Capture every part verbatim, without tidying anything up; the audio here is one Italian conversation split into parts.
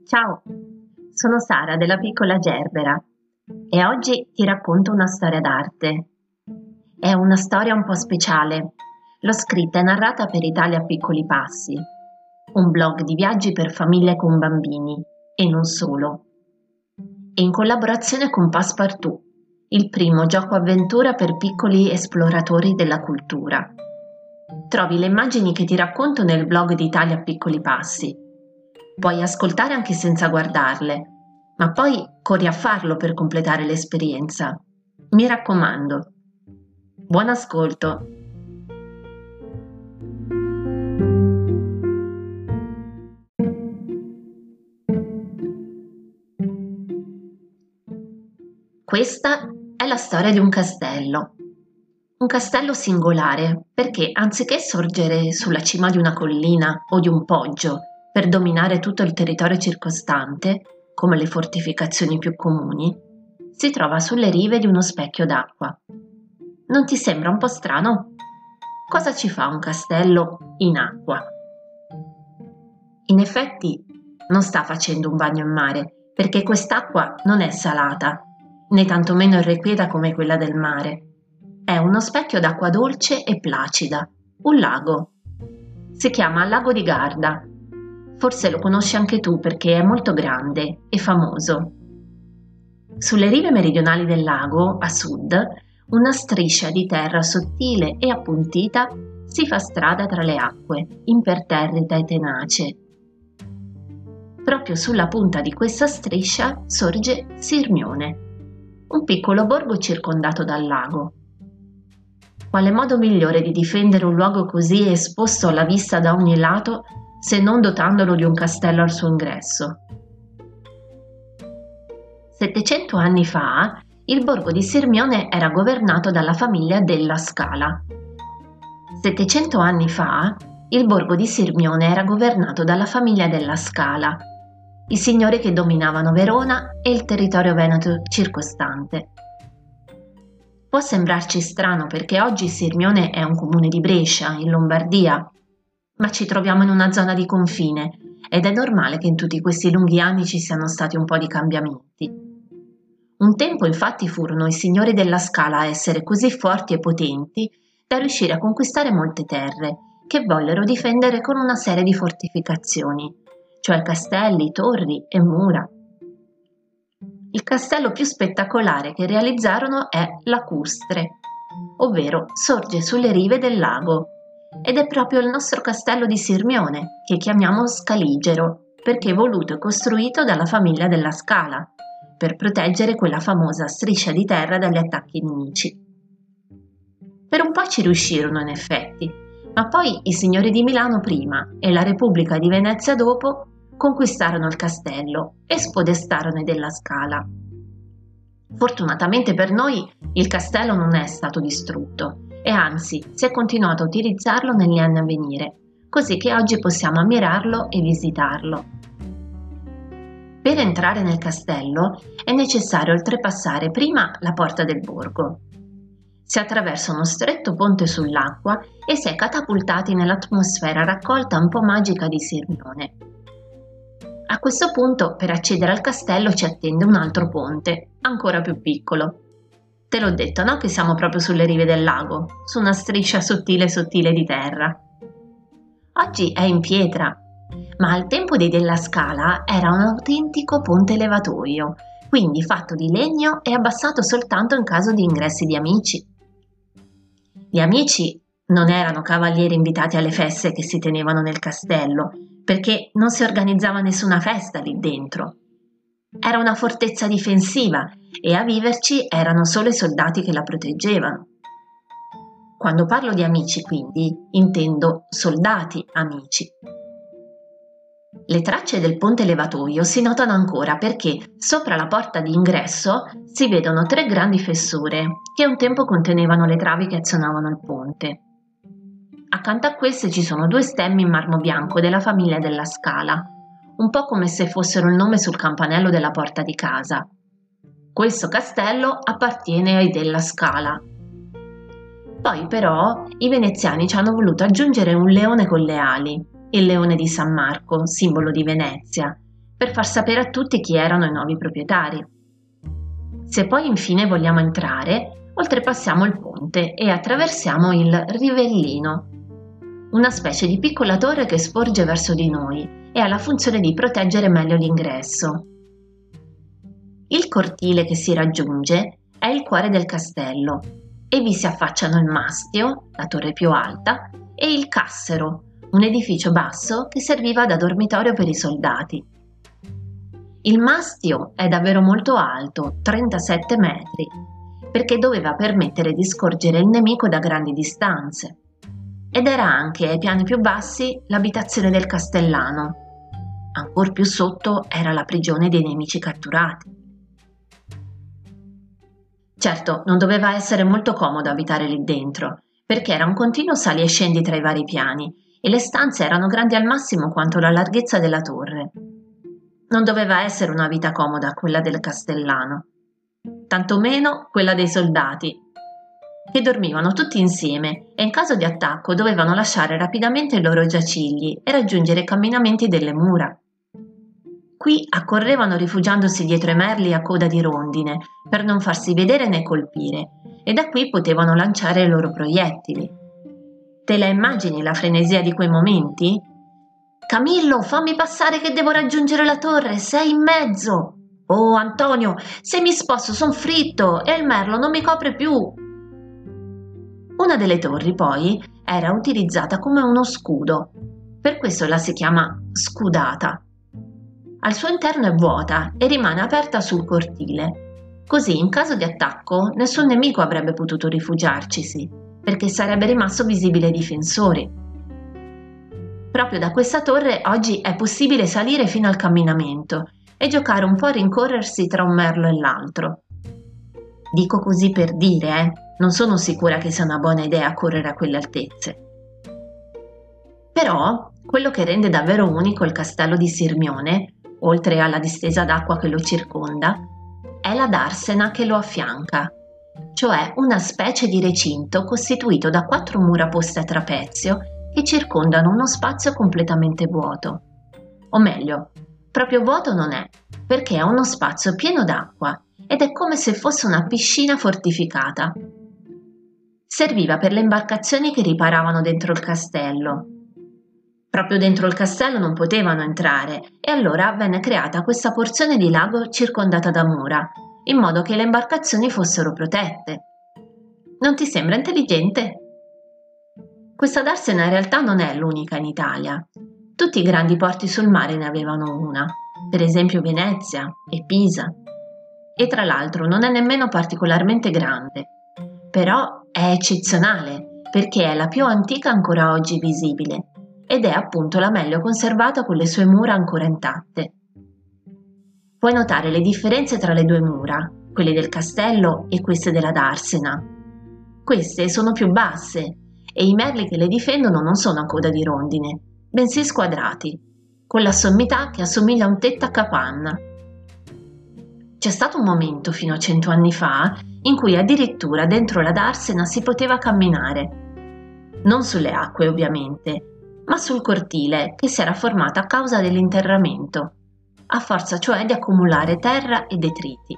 Ciao, sono Sara della Piccola Gerbera e oggi ti racconto una storia d'arte. È una storia un po' speciale. L'ho scritta e narrata per Italia a piccoli passi, un blog di viaggi per famiglie con bambini e non solo. E in collaborazione con Passepartout, il primo gioco avventura per piccoli esploratori della cultura. Trovi le immagini che ti racconto nel blog di Italia a piccoli passi. Puoi ascoltare anche senza guardarle, ma poi corri a farlo per completare l'esperienza. Mi raccomando. Buon ascolto! Questa è la storia di un castello. Un castello singolare perché anziché sorgere sulla cima di una collina o di un poggio per dominare tutto il territorio circostante, come le fortificazioni più comuni, si trova sulle rive di uno specchio d'acqua. Non ti sembra un po' strano? Cosa ci fa un castello in acqua? In effetti non sta facendo un bagno in mare, perché quest'acqua non è salata, né tantomeno irrequieta come quella del mare. È uno specchio d'acqua dolce e placida, un lago. Si chiama Lago di Garda. Forse lo conosci anche tu perché è molto grande e famoso. Sulle rive meridionali del lago, a sud, una striscia di terra sottile e appuntita si fa strada tra le acque, imperterrita e tenace. Proprio sulla punta di questa striscia sorge Sirmione, un piccolo borgo circondato dal lago. Quale modo migliore di difendere un luogo così esposto alla vista da ogni lato se non dotandolo di un castello al suo ingresso? settecento anni fa il borgo di Sirmione era governato dalla famiglia della Scala. settecento anni fa il borgo di Sirmione era governato dalla famiglia della Scala, i signori che dominavano Verona e il territorio veneto circostante. Può sembrarci strano perché oggi Sirmione è un comune di Brescia, in Lombardia, ma ci troviamo in una zona di confine ed è normale che in tutti questi lunghi anni ci siano stati un po' di cambiamenti. Un tempo infatti furono i signori della Scala a essere così forti e potenti da riuscire a conquistare molte terre, che vollero difendere con una serie di fortificazioni, cioè castelli, torri e mura. Il castello più spettacolare che realizzarono è Lacustre, ovvero sorge sulle rive del lago, ed è proprio il nostro castello di Sirmione, che chiamiamo Scaligero, perché voluto e costruito dalla famiglia della Scala, per proteggere quella famosa striscia di terra dagli attacchi nemici. Per un po' ci riuscirono in effetti, ma poi i signori di Milano prima e la Repubblica di Venezia dopo conquistarono il castello e spodestarono i della Scala. Fortunatamente per noi il castello non è stato distrutto e anzi si è continuato a utilizzarlo negli anni a venire, così che oggi possiamo ammirarlo e visitarlo. Per entrare nel castello è necessario oltrepassare prima la porta del borgo. Si attraversa uno stretto ponte sull'acqua e si è catapultati nell'atmosfera raccolta un po' magica di Sirmione. A questo punto, per accedere al castello ci attende un altro ponte, ancora più piccolo. Te l'ho detto, no? Che siamo proprio sulle rive del lago, su una striscia sottile sottile di terra. Oggi è in pietra, ma al tempo dei della Scala era un autentico ponte levatoio, quindi fatto di legno e abbassato soltanto in caso di ingressi di amici. Gli amici non erano cavalieri invitati alle feste che si tenevano nel castello, perché non si organizzava nessuna festa lì dentro. Era una fortezza difensiva e a viverci erano solo i soldati che la proteggevano. Quando parlo di amici, quindi, intendo soldati amici. Le tracce del ponte levatoio si notano ancora perché sopra la porta di ingresso si vedono tre grandi fessure che un tempo contenevano le travi che azionavano il ponte. Accanto a queste ci sono due stemmi in marmo bianco della famiglia della Scala, un po' come se fossero il nome sul campanello della porta di casa. Questo castello appartiene ai della Scala. Poi però i veneziani ci hanno voluto aggiungere un leone con le ali, il leone di San Marco, simbolo di Venezia, per far sapere a tutti chi erano i nuovi proprietari. Se poi infine vogliamo entrare, oltrepassiamo il ponte e attraversiamo il Rivellino, una specie di piccola torre che sporge verso di noi e ha la funzione di proteggere meglio l'ingresso. Il cortile che si raggiunge è il cuore del castello e vi si affacciano il mastio, la torre più alta, e il cassero, un edificio basso che serviva da dormitorio per i soldati. Il mastio è davvero molto alto, trentasette metri, perché doveva permettere di scorgere il nemico da grandi distanze. Ed era anche ai piani più bassi l'abitazione del castellano. Ancor più sotto era la prigione dei nemici catturati. Certo, non doveva essere molto comodo abitare lì dentro, perché era un continuo sali e scendi tra i vari piani e le stanze erano grandi al massimo quanto la larghezza della torre. Non doveva essere una vita comoda quella del castellano, tantomeno quella dei soldati, che dormivano tutti insieme e in caso di attacco dovevano lasciare rapidamente i loro giacigli e raggiungere i camminamenti delle mura. Qui accorrevano rifugiandosi dietro i merli a coda di rondine per non farsi vedere né colpire, e da qui potevano lanciare i loro proiettili. Te la immagini la frenesia di quei momenti? Camillo, fammi passare che devo raggiungere la torre, sei in mezzo! Oh, Antonio, se mi sposto son fritto e il merlo non mi copre più! Una delle torri, poi, era utilizzata come uno scudo, per questo la si chiama scudata. Al suo interno è vuota e rimane aperta sul cortile. Così, in caso di attacco, nessun nemico avrebbe potuto rifugiarcisi, perché sarebbe rimasto visibile ai difensori. Proprio da questa torre oggi è possibile salire fino al camminamento e giocare un po' a rincorrersi tra un merlo e l'altro. Dico così per dire, eh? Non sono sicura che sia una buona idea correre a quelle altezze. Però, quello che rende davvero unico il castello di Sirmione, oltre alla distesa d'acqua che lo circonda, è la darsena che lo affianca, cioè una specie di recinto costituito da quattro mura poste a trapezio che circondano uno spazio completamente vuoto. O meglio, proprio vuoto non è, perché è uno spazio pieno d'acqua ed è come se fosse una piscina fortificata. Serviva per le imbarcazioni che riparavano dentro il castello. Proprio dentro il castello non potevano entrare e allora venne creata questa porzione di lago circondata da mura, in modo che le imbarcazioni fossero protette. Non ti sembra intelligente? Questa darsena in realtà non è l'unica in Italia. Tutti i grandi porti sul mare ne avevano una, per esempio Venezia e Pisa. E tra l'altro non è nemmeno particolarmente grande, però è eccezionale perché è la più antica ancora oggi visibile ed è appunto la meglio conservata con le sue mura ancora intatte. Puoi notare le differenze tra le due mura, quelle del castello e queste della darsena. Queste sono più basse e i merli che le difendono non sono a coda di rondine, bensì squadrati, con la sommità che assomiglia a un tetto a capanna. C'è stato un momento, fino a cento anni fa, in cui addirittura dentro la darsena si poteva camminare. Non sulle acque, ovviamente, ma sul cortile che si era formato a causa dell'interramento, a forza cioè di accumulare terra e detriti.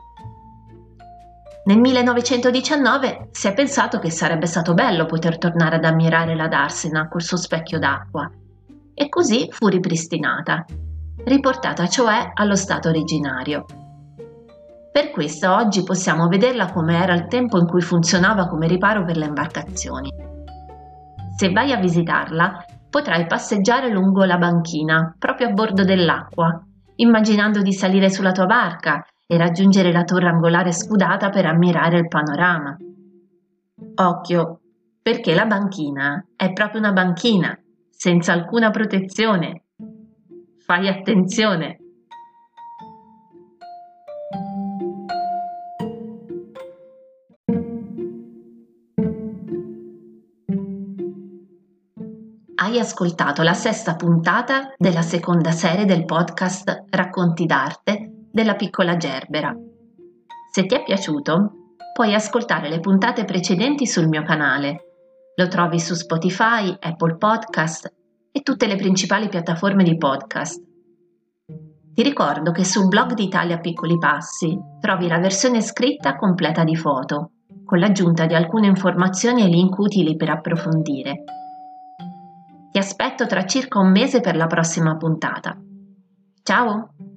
Nel millenovecentodiciannove si è pensato che sarebbe stato bello poter tornare ad ammirare la darsena col suo specchio d'acqua, e così fu ripristinata, riportata cioè allo stato originario. Per questo oggi possiamo vederla come era al tempo in cui funzionava come riparo per le imbarcazioni. Se vai a visitarla, potrai passeggiare lungo la banchina, proprio a bordo dell'acqua, immaginando di salire sulla tua barca e raggiungere la torre angolare scudata per ammirare il panorama. Occhio, perché la banchina è proprio una banchina, senza alcuna protezione. Fai attenzione! Hai ascoltato la sesta puntata della seconda serie del podcast Racconti d'arte della piccola Gerbera. Se ti è piaciuto, puoi ascoltare le puntate precedenti sul mio canale. Lo trovi su Spotify, Apple Podcast e tutte le principali piattaforme di podcast. Ti ricordo che sul blog di Italia a Piccoli Passi trovi la versione scritta completa di foto, con l'aggiunta di alcune informazioni e link utili per approfondire. Ti aspetto tra circa un mese per la prossima puntata. Ciao!